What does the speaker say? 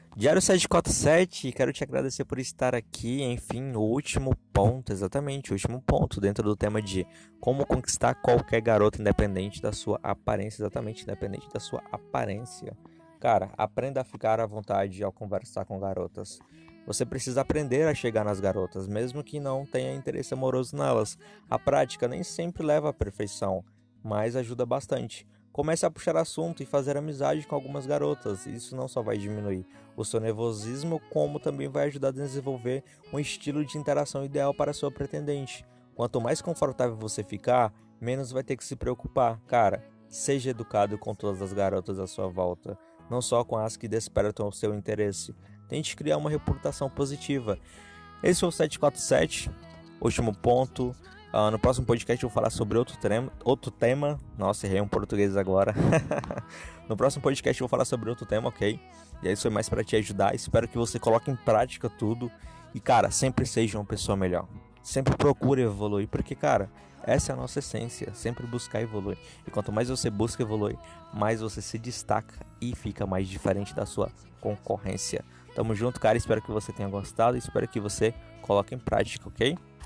Diário 747, quero te agradecer por estar aqui. Enfim, o último ponto, exatamente, o último ponto dentro do tema de como conquistar qualquer garota independente da sua aparência, exatamente, independente da sua aparência. Cara, aprenda a ficar à vontade ao conversar com garotas. Você precisa aprender a chegar nas garotas, mesmo que não tenha interesse amoroso nelas. A prática nem sempre leva à perfeição, mas ajuda bastante. Comece a puxar assunto e fazer amizade com algumas garotas. Isso não só vai diminuir o seu nervosismo, como também vai ajudar a desenvolver um estilo de interação ideal para sua pretendente. Quanto mais confortável você ficar, menos vai ter que se preocupar. Cara, seja educado com todas as garotas à sua volta, não só com as que despertam o seu interesse. Tente criar uma reputação positiva. Esse foi o 747, último ponto. No próximo podcast eu vou falar sobre outro tema. Nossa, errei um português agora. No próximo podcast eu vou falar sobre outro tema, ok? E aí isso foi mais para te ajudar. Espero que você coloque em prática tudo. E cara, sempre seja uma pessoa melhor. Sempre procure evoluir, porque cara, essa é a nossa essência. Sempre buscar evoluir. E quanto mais você busca evoluir, mais você se destaca e fica mais diferente da sua concorrência. Tamo junto, cara. Espero que você tenha gostado. Espero que você coloque em prática, ok?